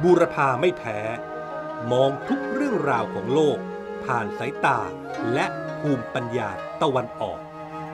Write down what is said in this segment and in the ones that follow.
บูรพาไม่แพ้มองทุกเรื่องราวของโลกผ่านสายตาและภูมิปัญญาตะวันออก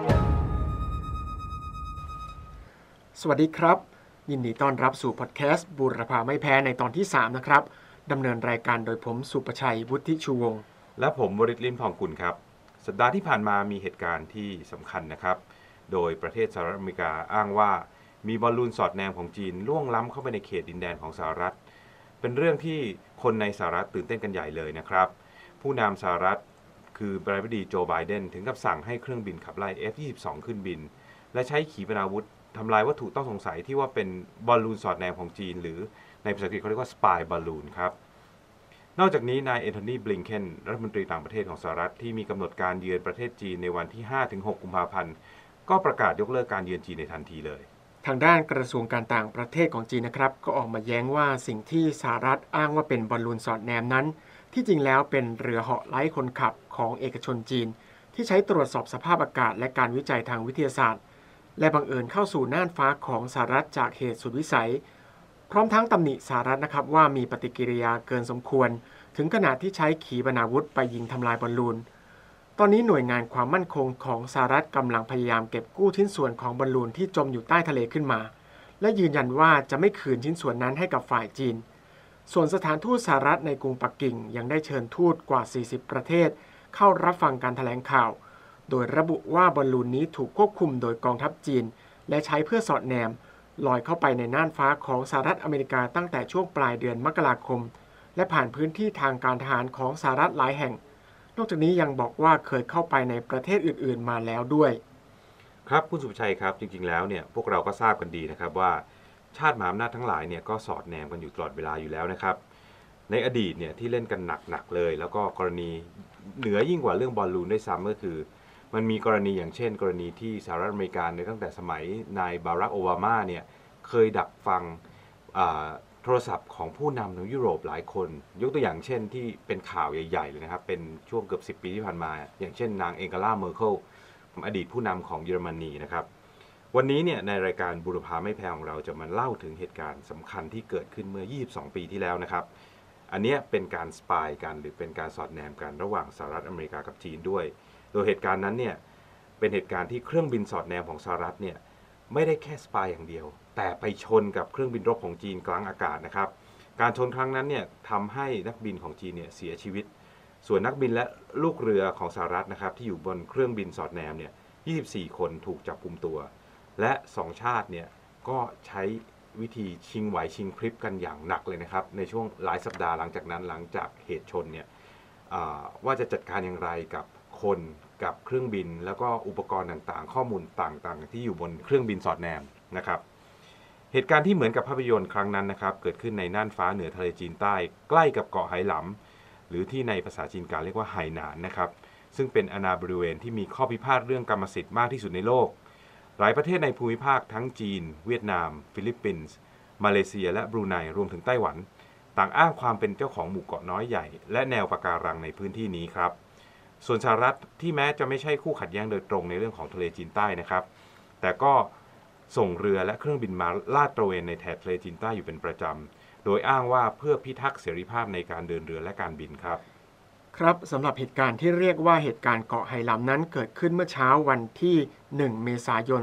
สวัสดีครับยินดีต้อนรับสู่พอดแคสต์บูรพาไม่แพ้ในตอนที่3นะครับดำเนินรายการโดยผมสุประชัยวุฒิชูวงศ์และผมวริศ ลิ้มทองกุลครับสัปดาห์ที่ผ่านมามีเหตุการณ์ที่สำคัญนะครับโดยประเทศสหรัฐอเมริกาอ้างว่ามีบอลลูนสอดแนมของจีนล่วงล้ำเข้าไปในเขตดินแดนของสหรัฐเป็นเรื่องที่คนในสหรัฐตื่นเต้นกันใหญ่เลยนะครับผู้นำสหรัฐคือประธานาธิบดีโจไบเดนถึงกับสั่งให้เครื่องบินขับไล่ F-22 ขึ้นบินและใช้ขีปนาวุธทำลายวัตถุต้องสงสัยที่ว่าเป็นบอลลูนสอดแนมของจีนหรือในภาษาอังกฤษเขาเรียกว่าสปายบอลลูนครับนอกจากนี้นายแอนโทนี บลิงเคนรัฐมนตรีต่างประเทศของสหรัฐที่มีกำหนดการเยือนประเทศจีนในวันที่ 5-6 กุมภาพันธ์ก็ประกาศยกเลิกการเยือนจีนในทันทีเลยทางด้านกระทรวงการต่างประเทศของจีนนะครับก็ออกมาแย้งว่าสิ่งที่สหรัฐอ้างว่าเป็นบอลลูนสอดแนมนั้นที่จริงแล้วเป็นเรือเหาะไร้คนขับของเอกชนจีนที่ใช้ตรวจสอบสภาพอากาศและการวิจัยทางวิทยาศาสตร์และบังเอิญเข้าสู่น่านฟ้าของสหรัฐจากเหตุสุดวิสัยพร้อมทั้งตำหนิสหรัฐนะครับว่ามีปฏิกิริยาเกินสมควรถึงขนาดที่ใช้ขีปนาวุธไปยิงทำลายบอลลูนตอนนี้หน่วยงานความมั่นคงของสหรัฐกำลังพยายามเก็บกู้ชิ้นส่วนของบอลลูนที่จมอยู่ใต้ทะเลขึ้นมาและยืนยันว่าจะไม่คืนชิ้นส่วนนั้นให้กับฝ่ายจีนส่วนสถานทูตสหรัฐในกรุงปักกิ่งยังได้เชิญทูตกว่า 40 ประเทศเข้ารับฟังการแถลงข่าวโดยระบุว่าบอลลูนนี้ถูกควบคุมโดยกองทัพจีนและใช้เพื่อสอดแนมลอยเข้าไปในน่านฟ้าของสหรัฐอเมริกาตั้งแต่ช่วงปลายเดือนมกราคมและผ่านพื้นที่ทางการทหารของสหรัฐหลายแห่งนอกจากนี้ยังบอกว่าเคยเข้าไปในประเทศอื่นๆมาแล้วด้วยครับคุณสุภชัยครับจริงๆแล้วเนี่ยพวกเราก็ทราบกันดีนะครับว่าชาติมหาอำนาจทั้งหลายเนี่ยก็สอดแนมกันอยู่ตลอดเวลาอยู่แล้วนะครับในอดีตเนี่ยที่เล่นกันหนักๆเลยแล้วก็กรณีเหนือยิ่งกว่าเรื่องบอลลูนด้วยซ้ำก็คือมันมีกรณีอย่างเช่นกรณีที่สหรัฐอเมริกาในตั้งแต่สมัยนายบารักโอบามาเนี่ยเคยดักฟังโทรศัพท์ของผู้นำในยุโรปหลายคนยกตัวอย่างเช่นที่เป็นข่าวใหญ่ๆเลยนะครับเป็นช่วงเกือบ10 ปีที่ผ่านมาอย่างเช่นนางเองกาลาเมอร์เคิลอดีตผู้นำของเยอรมนีนะครับวันนี้เนี่ยในรายการบูรพาไม่แพ้ของเราจะมาเล่าถึงเหตุการณ์สำคัญที่เกิดขึ้นเมื่อ22 ปีที่แล้วนะครับอันนี้เป็นการสปายกันหรือเป็นการสอดแนมกันระหว่างสหรัฐอเมริกากับจีนด้วยโดยเหตุการณ์นั้นเนี่ยเป็นเหตุการณ์ที่เครื่องบินสอดแนมของสหรัฐเนี่ยไม่ได้แค่สปายอย่างเดียวแต่ไปชนกับเครื่องบินรบของจีนกลางอากาศนะครับการชนครั้งนั้นเนี่ยทำให้นักบินของจีนเนี่ยเสียชีวิตส่วนนักบินและลูกเรือของสหรัฐนะครับที่อยู่บนเครื่องบินสอดแนมเนี่ย24 คนถูกจับกุมตัวและ2 ชาติเนี่ยก็ใช้วิธีชิงไหวชิงพริบกันอย่างหนักเลยนะครับในช่วงหลายสัปดาห์หลังจากนั้นหลังจากเหตุชนเนี่ยว่าจะจัดการอย่างไรกับคนกับเครื่องบินแล้วก็อุปกรณ์ต่างๆข้อมูลต่างๆที่อยู่บนเครื่องบินสอดแนมนะครับเหตุการณ์ที่เหมือนกับภาพยนตร์ครั้งนั้นนะครับเกิดขึ้นในน่านฟ้าเหนือทะเลจีนใต้ใกล้กับเกาะไหหลำหรือที่ในภาษาจีนกลางเรียกว่าไหหนานนะครับซึ่งเป็นอาณาบริเวณที่มีข้อพิพาทเรื่องกรรมสิทธิ์มากที่สุดในโลกหลายประเทศในภูมิภาคทั้งจีนเวียดนามฟิลิปปินส์มาเลเซียและบรูไนรวมถึงไต้หวันต่างอ้างความเป็นเจ้าของหมู่เกาะน้อยใหญ่และแนวปะการังในพื้นที่นี้ครับส่วนสหรัฐที่แม้จะไม่ใช่คู่ขัดแย้งโดยตรงในเรื่องของทะเลจีนใต้นะครับแต่ก็ส่งเรือและเครื่องบินมาลาดตระเวนในแถบทะเลจีนใต้อยู่เป็นประจำโดยอ้างว่าเพื่อพิทักษ์เสรีภาพในการเดินเรือและการบินครับครับสำหรับเหตุการณ์ที่เรียกว่าเหตุการณ์เกาะไหหลำนั้นเกิดขึ้นเมื่อเช้าวันที่ 1 เมษายน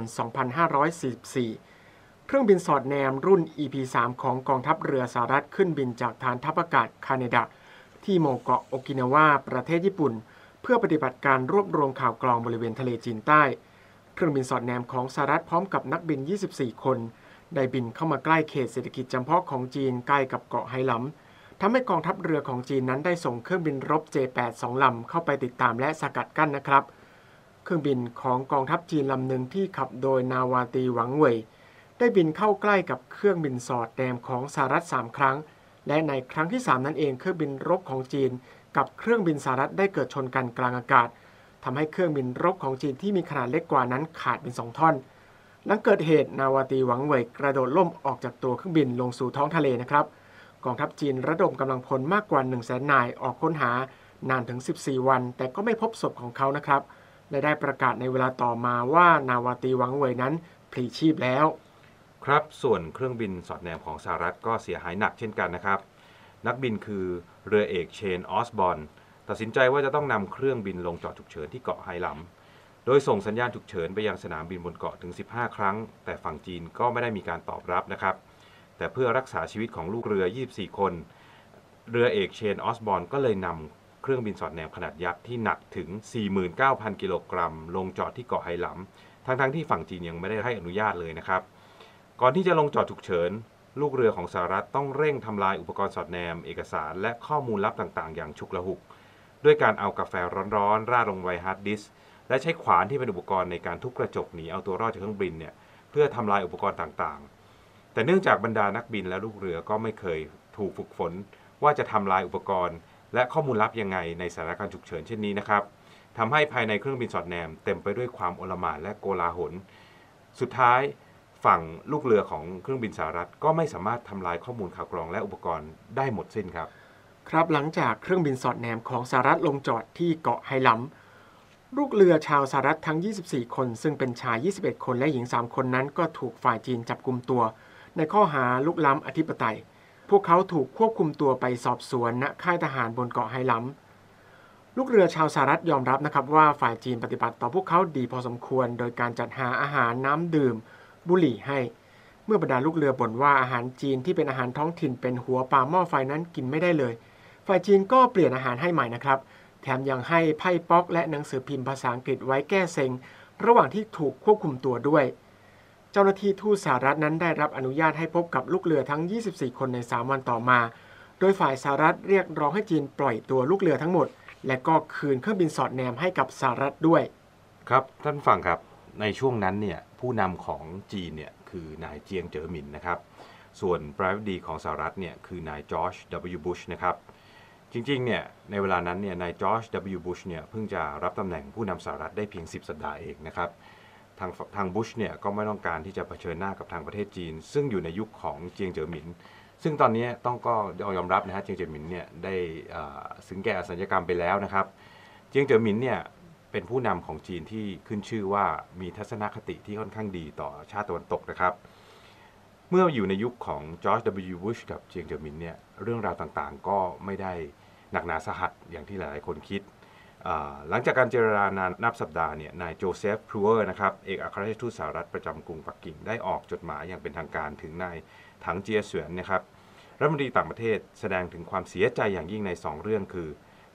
2544 เครื่องบินสอดแนมรุ่น EP-3 ของกองทัพเรือสหรัฐขึ้นบินจากฐานทัพอากาศคาเนดะที่หมู่เกาะโอกินาวาประเทศญี่ปุ่นเพื่อปฏิบัติการรวบรวมข่าวกรองบริเวณทะเลจีนใต้เครื่องบินสอดแนมของสหรัฐพร้อมกับนักบิน 24 คนได้บินเข้ามาใกล้เขตเศรษฐกิจจำเพาะของจีนใกล้กับเกาะไหหลำทำให้กองทัพเรือของจีนนั้นได้ส่งเครื่องบินรบ J-8 2 ลำเข้าไปติดตามและสกัดกั้นนะครับเครื่องบินของกองทัพจีนลำหนึ่งที่ขับโดยนาวาตรีหวังเหวยได้บินเข้าใกล้กับเครื่องบินสอดแนมของสหรัฐ3 ครั้งและในครั้งที่3นั้นเองเครื่องบินรบของจีนกับเครื่องบินสหรัฐได้เกิดชนกันกลางอากาศทำให้เครื่องบินรบของจีนที่มีขนาดเล็กกว่านั้นขาดเป็น2 ท่อนหลังเกิดเหตุนาวาตรีหวังเหวยกระโดดล่มออกจากตัวเครื่องบินลงสู่ท้องทะเลนะครับกองทัพจีนระดมกำลังพลมากกว่า 100,000 นายออกค้นหานานถึง14 วันแต่ก็ไม่พบศพของเขานะครับและได้ประกาศในเวลาต่อมาว่านาวาตรีหวังเหวยนั้นพลีชีพแล้วครับส่วนเครื่องบินสอดแนมของสหรัฐก็เสียหายหนักเช่นกันนะครับนักบินคือเรือเอกเชนออสบอร์นตัดสินใจว่าจะต้องนำเครื่องบินลงจอดฉุกเฉินที่เกาะไหหลำโดยส่งสัญญาณฉุกเฉินไปยังสนามบินบนเกาะถึง15 ครั้งแต่ฝั่งจีนก็ไม่ได้มีการตอบรับนะครับแต่เพื่อรักษาชีวิตของลูกเรือ24 คนเรือเอกเชนออสบอร์นก็เลยนำเครื่องบินสอดแนมขนาดยักษ์ที่หนักถึง 49,000 กิโลกรัมลงจอดที่เกาะไหหลำทั้งที่ฝั่งจีนยังไม่ได้ให้อนุญาตเลยนะครับก่อนที่จะลงจอดฉุกเฉินลูกเรือของสหรัฐต้องเร่งทำลายอุปกรณ์สอดแนมเอกสารและข้อมูลลับต่างๆอย่างฉุกละหุกด้วยการเอากาแฟร้อนๆราดลงไว้ฮาร์ดดิสก์และใช้ขวานที่เป็นอุปกรณ์ในการทุบกระจกหนีเอาตัวรอดจากเครื่องบินเนี่ยเพื่อทำลายอุปกรณ์ต่างๆแต่เนื่องจากบรรดานักบินและลูกเรือก็ไม่เคยถูกฝึกฝนว่าจะทำลายอุปกรณ์และข้อมูลลับยังไงในสถานการณ์ฉุกเฉินเช่นนี้นะครับทำให้ภายในเครื่องบินสอดแนมเต็มไปด้วยความโอลหม่านและโกลาหลสุดท้ายฝั่งลูกเรือของเครื่องบินสหรัฐก็ไม่สามารถทำลายข้อมูลข่าวกรองและอุปกรณ์ได้หมดสิ้นครับครับหลังจากเครื่องบินสอดแนมของสหรัฐลงจอดที่เกาะไหหลำลูกเรือชาวสหรัฐทั้ง24 คนซึ่งเป็นชาย21 คนและหญิง3 คนนั้นก็ถูกฝ่ายจีนจับกุมตัวในข้อหาลุกล้ำอธิปไตยพวกเขาถูกควบคุมตัวไปสอบสวนณค่ายทหารบนเกาะไหหลำลูกเรือชาวสหรัฐยอมรับนะครับว่าฝ่ายจีนปฏิบัติต่อพวกเขาดีพอสมควรโดยการจัดหาอาหารน้ำดื่มบุหรี่ให้เมื่อบรรดาลูกเรือบ่นว่าอาหารจีนที่เป็นอาหารท้องถิ่นเป็นหัวปลาหม้อไฟนั้นกินไม่ได้เลยฝ่ายจีนก็เปลี่ยนอาหารให้ใหม่นะครับแถมยังให้ไพ่ป๊อกและหนังสือพิมพ์ภาษาอังกฤษไว้แก้เซ็งระหว่างที่ถูกควบคุมตัวด้วยเจ้าหน้าที่ทูตสหรัฐนั้นได้รับอนุญาตให้พบกับลูกเรือทั้ง24 คนใน3 วันต่อมาโดยฝ่ายสหรัฐเรียกร้องให้จีนปล่อยตัวลูกเรือทั้งหมดและก็คืนเครื่องบินสอดแนมให้กับสหรัฐด้วยครับท่านฟังครับในช่วงนั้นเนี่ยผู้นำของจีนเนี่ยคือนายเจียงเจ๋อหมินนะครับส่วนประธานาธิบดีของสหรัฐเนี่ยคือนายจอร์จ W. บุชนะครับจริงๆเนี่ยในเวลานั้นเนี่ยนายจอร์จ W. บุชเนี่ยเพิ่งจะรับตำแหน่งผู้นำสหรัฐได้เพียง10 สัปดาห์เองนะครับทางบุชเนี่ยก็ไม่ต้องการที่จะเผชิญหน้ากับทางประเทศจีนซึ่งอยู่ในยุคของเจียงเจ๋อหมินซึ่งตอนนี้ต้องก็ยอมรับนะฮะเจียงเจ๋อหมินเนี่ยได้ถึงแก่อสัญญกรรมไปแล้วนะครับเจียงเจ๋อหมินเนี่ยเป็นผู้นำของจีนที่ขึ้นชื่อว่ามีทัศนคติที่ค่อนข้างดีต่อชาติตะวันตกนะครับเมื่ออยู่ในยุคของจอร์จ W. บุชกับเจียงเจ๋อหมินเนี่ยเรื่องราวต่างๆก็ไม่ได้หนักหนาสาหัสอย่างที่หลายๆคนคิดหลังจากการเจรจานานนับสัปดาห์เนี่ยนายโจเซฟ พลูเวอร์นะครับเอกอัครราชทูตสหรัฐประจำกรุงปักกิ่งได้ออกจดหมายอย่างเป็นทางการถึงนายถังเจียเสวียนนะครับรัฐมนตรีต่างประเทศแสดงถึงความเสียใจอย่างยิ่งใน2 เรื่องคือ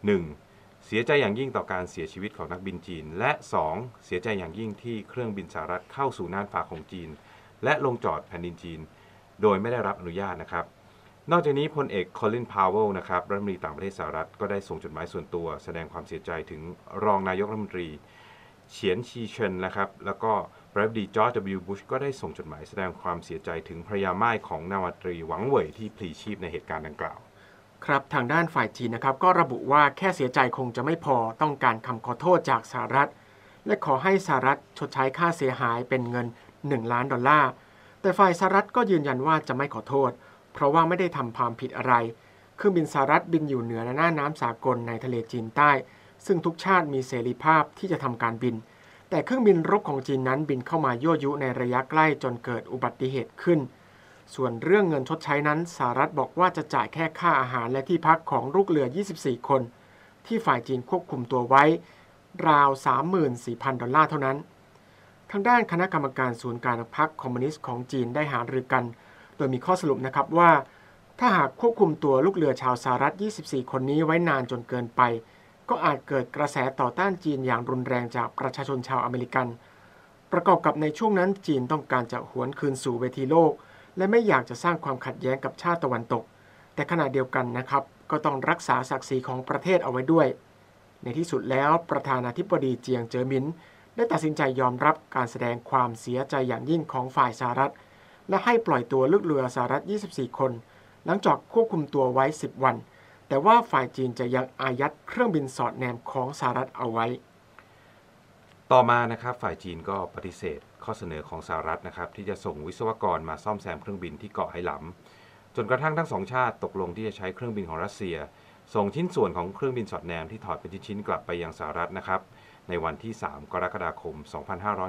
1. เสียใจอย่างยิ่งต่อการเสียชีวิตของนักบินจีนและ 2. เสียใจอย่างยิ่งที่เครื่องบินสหรัฐเข้าสู่น่านฟ้าของจีนและลงจอดแผ่นดินจีนโดยไม่ได้รับอนุญาตนะครับนอกจากนี้พลเอกคอลิน พาวเวลนะครับรัฐมนตรีต่างประเทศสหรัฐก็ได้ส่งจดหมายส่วนตัวแสดงความเสียใจถึงรองนายกรัฐมนตรีเฉียนชีเฉินนะครับแล้วก็ประธานาธิบดีจอร์จ W. บุชก็ได้ส่งจดหมายแสดงความเสียใจถึงภรรยาม่ายของนาวาตรีหวังเหว่ยที่พลีชีพในเหตุการณ์ดังกล่าวครับทางด้านฝ่ายจีนนะครับก็ระบุว่าแค่เสียใจคงจะไม่พอต้องการคำขอโทษจากสหรัฐและขอให้สหรัฐชดใช้ค่าเสียหายเป็นเงิน$1 ล้านแต่ฝ่ายสหรัฐก็ยืนยันว่าจะไม่ขอโทษเพราะว่าไม่ได้ทำความผิดอะไรเครื่องบินสหรัฐบินอยู่เหนือหน้าน้ำสากลในทะเลจีนใต้ซึ่งทุกชาติมีเสรีภาพที่จะทำการบินแต่เครื่องบินรบของจีนนั้นบินเข้ามายั่วยุในระยะใกล้จนเกิดอุบัติเหตุขึ้นส่วนเรื่องเงินชดใช้นั้นสหรัฐบอกว่าจะจ่ายแค่ค่าอาหารและที่พักของลูกเรือ24 คนที่ฝ่ายจีนควบคุมตัวไว้ราว$34,000 เท่านั้นทางด้านคณะกรรมการศูนย์การพรรคคอมมิวนิสต์ของจีนได้หารือกันโดยมีข้อสรุปนะครับว่าถ้าหากควบคุมตัวลูกเรือชาวสหรัฐ24 คนนี้ไว้นานจนเกินไปก็อาจเกิดกระแสต่อต้านจีนอย่างรุนแรงจากประชาชนชาวอเมริกันประกอบกับในช่วงนั้นจีนต้องการจะหวนคืนสู่เวทีโลกและไม่อยากจะสร้างความขัดแย้งกับชาติตะวันตกแต่ขณะเดียวกันนะครับก็ต้องรักษาศักดิ์ศรีของประเทศเอาไว้ด้วยในที่สุดแล้วประธานาธิบดีเจียงเจ๋อหมินได้ตัดสินใจยอมรับการแสดงความเสียใจอย่างยิ่งของฝ่ายสหรัฐและให้ปล่อยตัวลูกเรือสหรัฐ24 คนหลังจากควบคุมตัวไว้10 วันแต่ว่าฝ่ายจีนจะยังอายัดเครื่องบินสอดแนมของสหรัฐเอาไว้ต่อมานะครับฝ่ายจีนก็ปฏิเสธข้อเสนอของสหรัฐนะครับที่จะส่งวิศวกรมาซ่อมแซมเครื่องบินที่เกาะไหหลำจนกระทั่งทั้งสองชาติตกลงที่จะใช้เครื่องบินของรัสเซียส่งชิ้นส่วนของเครื่องบินสอดแนมที่ถอดเป็นชิ้นๆกลับไปยังสหรัฐนะครับในวันที่3 กรกฎาคม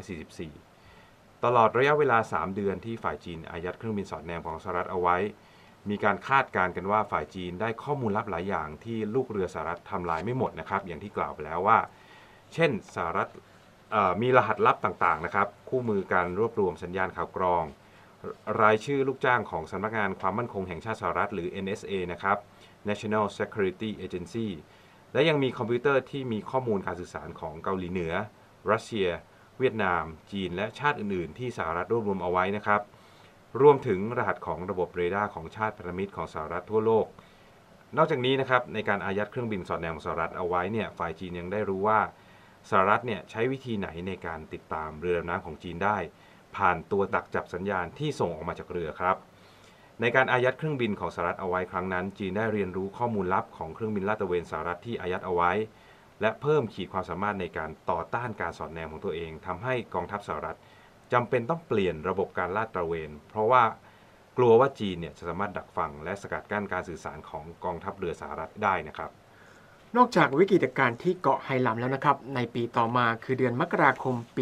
2544ตลอดระยะเวลา3 เดือนที่ฝ่ายจีนอายัดเครื่องบินสอดแนมของสหรัฐเอาไว้มีการคาดการณ์กันว่าฝ่ายจีนได้ข้อมูลลับหลายอย่างที่ลูกเรือสหรัฐทำลายไม่หมดนะครับอย่างที่กล่าวไปแล้วว่าเช่นสหรัฐมีรหัสลับต่างๆนะครับคู่มือการรวบรวมสัญญาณข่าวกรองรายชื่อลูกจ้างของสำนักงานความมั่นคงแห่งชาติสหรัฐหรือ NSA นะครับ National Security Agency และยังมีคอมพิวเตอร์ที่มีข้อมูลการสื่อสารของเกาหลีเหนือรัสเซียเวียดนามจีนและชาติอื่นๆที่สหรัฐรวบรวมเอาไว้นะครับรวมถึงรหัสของระบบเรดาร์ของชาติพันธมิตรของสหรัฐทั่วโลกนอกจากนี้นะครับในการอายัดเครื่องบินสอดแนมของสหรัฐเอาไว้เนี่ยฝ่ายจีนยังได้รู้ว่าสหรัฐเนี่ยใช้วิธีไหนในการติดตามเรือดำน้ำของจีนได้ผ่านตัวดักจับสัญญาณที่ส่งออกมาจากเรือครับในการอายัดเครื่องบินของสหรัฐเอาไว้ครั้งนั้นจีนได้เรียนรู้ข้อมูลลับของเครื่องบินลาดตระเวนสหรัฐที่อายัดเอาไว้และเพิ่มขีดความสามารถในการต่อต้านการสอดแนมของตัวเองทำให้กองทัพสหรัฐจำเป็นต้องเปลี่ยนระบบการลาดตระเวนเพราะว่ากลัวว่าจีนเนี่ยจะสามารถดักฟังและสกัดกั้นการสื่อสารของกองทัพเรือสหรัฐได้นะครับนอกจากวิกฤตการณ์ที่เกาะไหหลำแล้วนะครับในปีต่อมาคือเดือนมกราคมปี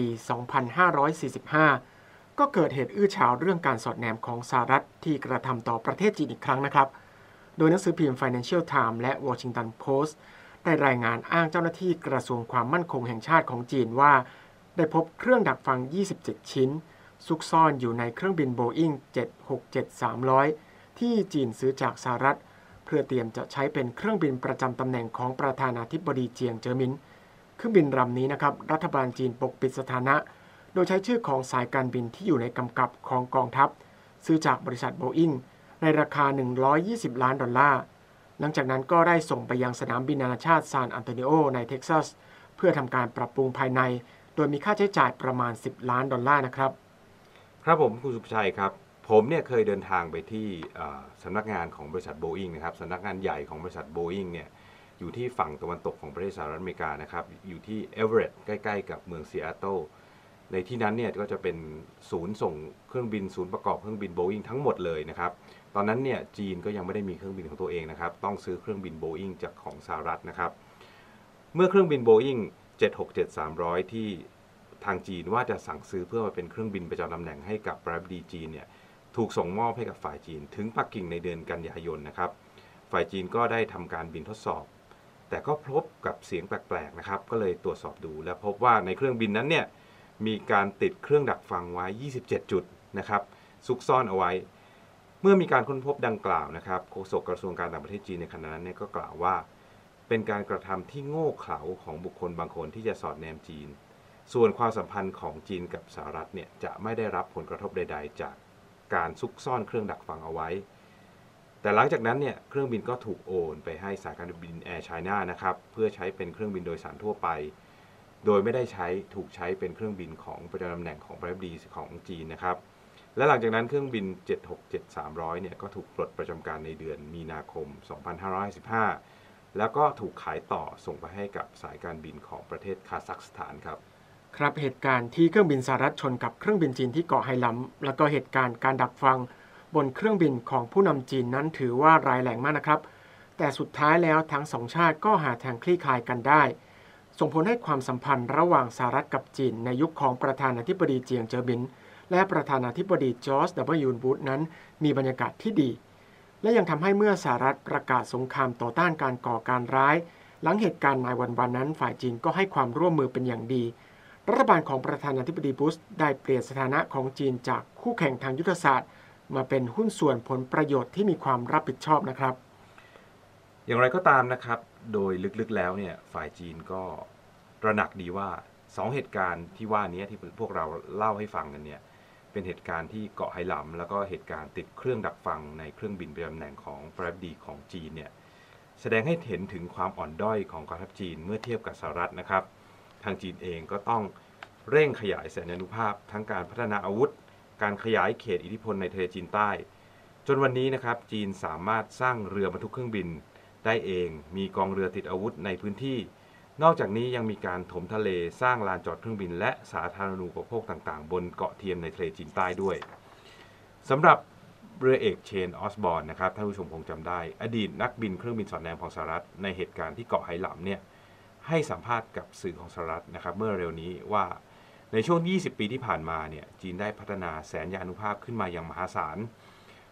2545 ก็เกิดเหตุอื้อฉาวเรื่องการสอดแนมของสหรัฐที่กระทำต่อประเทศจีนอีกครั้งนะครับโดยหนังสือพิมพ์ Financial Times และ Washington Post ได้รายงานอ้างเจ้าหน้าที่กระทรวงความมั่นคงแห่งชาติของจีนว่าได้พบเครื่องดักฟัง 27 ชิ้นซุกซ่อนอยู่ในเครื่องบิน Boeing 767-300 ที่จีนซื้อจากสหรัฐเพื่อเตรียมจะใช้เป็นเครื่องบินประจำตำแหน่งของประธานาธิบดีเจียงเจิ้อหมินเครื่องบินลำนี้นะครับรัฐบาลจีนปกปิดสถานะโดยใช้ชื่อของสายการบินที่อยู่ในกำกับของกองทัพซื้อจากบริษัท Boeing ในราคา$120 ล้านหลังจากนั้นก็ได้ส่งไปยังสนามบินนานาชาติซานอันโตนิโอในเท็กซัสเพื่อทำการปรับปรุงภายในโดยมีค่าใช้จ่ายประมาณ$10 ล้านนะครับครับผมคุณสุภชัยครับผมเนี่ยเคยเดินทางไปที่สำนักงานของบริษัท Boeing นะครับสำนักงานใหญ่ของบริษัท Boeing เนี่ยอยู่ที่ฝั่งตะวันตกของประเทศสหรัฐอเมริกานะครับอยู่ที่เอเวอเรตต์ใกล้ๆกับเมืองซีแอตเทิลในที่นั้นเนี่ยก็จะเป็นศูนย์ส่งเครื่องบินศูนย์ประกอบเครื่องบิน Boeing ทั้งหมดเลยนะครับตอนนั้นเนี่ยจีนก็ยังไม่ได้มีเครื่องบินของตัวเองนะครับต้องซื้อเครื่องบิน Boeing จากของสหรัฐนะครับเมื่อเครื่องบิน Boeing 767-300 ที่ทางจีนว่าจะสั่งซื้อเพื่อมาเป็นเครื่องบินประจำตำแหน่งให้กับประธานาธิบดีจีนเนี่ยถูกส่งมอบให้กับฝ่ายจีนถึงปักกิ่งในเดือนกันยายนนะครับฝ่ายจีนก็ได้ทำการบินทดสอบแต่ก็พบกับเสียงแปลกๆนะครับก็เลยตรวจสอบดูและพบว่าในเครื่องบินนั้นเนี่ยมีการติดเครื่องดักฟังไว้27จุดนะครับซุกซ่อนเอาไว้เมื่อมีการค้นพบดังกล่าวนะครับโฆษกกระทรวงการต่างประเทศจีนในขณะนั้นเนี่ยก็กล่าวว่าเป็นการกระทำที่โง่เขลาของบุคคลบางคนที่จะสอดแนมจีนส่วนความสัมพันธ์ของจีนกับสหรัฐเนี่ยจะไม่ได้รับผลกระทบใดๆจากการซุกซ่อนเครื่องดักฟังเอาไว้แต่หลังจากนั้นเนี่ยเครื่องบินก็ถูกโอนไปให้สายการบินแอร์ไชน่านะครับเพื่อใช้เป็นเครื่องบินโดยสารทั่วไปโดยไม่ได้ถูกใช้เป็นเครื่องบินของประจำตำแหน่งของประธานาธิบดีของจีนนะครับและหลังจากนั้นเครื่องบิน 767-300 เนี่ยก็ถูกปลดประจำการในเดือนมีนาคม 2555 แล้วก็ถูกขายต่อส่งไปให้กับสายการบินของประเทศคาซัคสถานครับครับเหตุการณ์ที่เครื่องบินสหรัฐชนกับเครื่องบินจีนที่เกาะไหหลำแล้วก็เหตุการณ์การดักฟังบนเครื่องบินของผู้นำจีนนั้นถือว่าร้ายแรงมากนะครับแต่สุดท้ายแล้วทั้งสองชาติก็หาทางคลี่คลายกันได้ส่งผลให้ความสัมพันธ์ระหว่างสหรัฐกับจีนในยุคของประธานาธิบดีเจียงเจิ้อหมินและประธานาธิบดีจอร์จ W. บุชนั้นมีบรรยากาศที่ดีและยังทำให้เมื่อสหรัฐประกาศสงครามต่อต้านการก่อการร้ายหลังเหตุการณ์นายวันนั้นฝ่ายจีนก็ให้ความร่วมมือเป็นอย่างดีรัฐบาลของประธานาธิบดีบุชได้เปลี่ยนสถานะของจีนจากคู่แข่งทางยุทธศาสตร์มาเป็นหุ้นส่วนผลประโยชน์ที่มีความรับผิดชอบนะครับอย่างไรก็ตามนะครับโดยลึกๆแล้วเนี่ยฝ่ายจีนก็ตระหนักดีว่า2เหตุการณ์ที่ว่านี้ที่พวกเราเล่าให้ฟังกันเนี่ยเป็นเหตุการณ์ที่เกาะไหหลำแล้วก็เหตุการณ์ติดเครื่องดักฟังในเครื่องบินประจำตำแหน่งของประธานาธิบดีของจีนเนี่ยแสดงให้เห็นถึงความอ่อนด้อยของกองทัพจีนเมื่อเทียบกับสหรัฐนะครับทางจีนเองก็ต้องเร่งขยายแสนยานุภาพทั้งการพัฒนาอาวุธการขยายเขตอิทธิพลในทะเลจีนใต้จนวันนี้นะครับจีนสามารถสร้างเรือบรรทุกเครื่องบินได้เองมีกองเรือติดอาวุธในพื้นที่นอกจากนี้ยังมีการถมทะเลสร้างลานจอดเครื่องบินและสาธารณูปโภคต่างๆบนเกาะเทียมในทะเลจีนใต้ด้วยสำหรับเรือเอกเชนออสบอร์นนะครับท่านผู้ชมคงจำได้อดีตนักบินเครื่องบินสอดแนมของสหรัฐในเหตุการณ์ที่เกาะไหหลำเนี่ยให้สัมภาษณ์กับสื่อของสหรัฐนะครับเมื่อเร็วนี้ว่าในช่วง20 ปีที่ผ่านมาเนี่ยจีนได้พัฒนาแสนยานุภาพขึ้นมาอย่างมหาศาล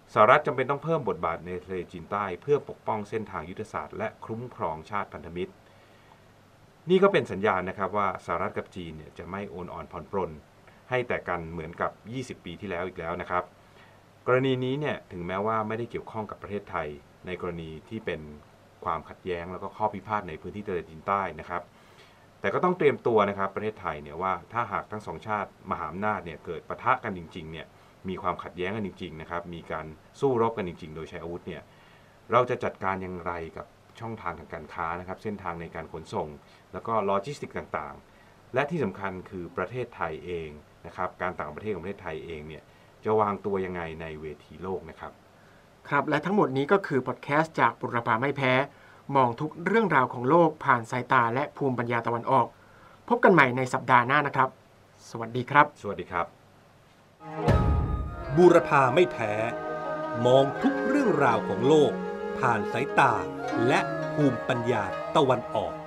สหรัฐจำเป็นต้องเพิ่มบทบาทในทะเลจีนใต้เพื่อปกป้องเส้นทางยุทธศาสตร์และคุ้มครองชาติพันธมิตรนี่ก็เป็นสัญญาณนะครับว่าสหรัฐกับจีนเนี่ยจะไม่โอนอ่อนผ่อนปรนให้แต่กันเหมือนกับ 20 ปีที่แล้วอีกแล้วนะครับกรณีนี้เนี่ยถึงแม้ว่าไม่ได้เกี่ยวข้องกับประเทศไทยในกรณีที่เป็นความขัดแย้งแล้วก็ข้อพิพาทในพื้นที่ทะเลจีนใต้นะครับแต่ก็ต้องเตรียมตัวนะครับประเทศไทยเนี่ยว่าถ้าหากทั้งสองชาติมหาอำนาจเนี่ยเกิดปะทะกันจริงๆเนี่ยมีความขัดแย้งกันจริงๆนะครับมีการสู้รบกันจริงๆโดยใช้อาวุธเนี่ยเราจะจัดการอย่างไรกับช่องทางทางการค้านะครับเส้นทางในการขนส่งแล้วก็โลจิสติกต่างๆและที่สำคัญคือประเทศไทยเองนะครับการต่างประเทศของประเทศไทยเองเนี่ยจะวางตัวยังไงในเวทีโลกนะครับครับและทั้งหมดนี้ก็คือพอดแคสต์จากบุรพาไม่แพ้มองทุกเรื่องราวของโลกผ่านสายตาและภูมิปัญญาตะวันออกพบกันใหม่ในสัปดาห์หน้านะครับสวัสดีครับสวัสดีครับบูรพาไม่แพ้มองทุกเรื่องราวของโลกผ่านสายตาและภูมิปัญญาตะวันออก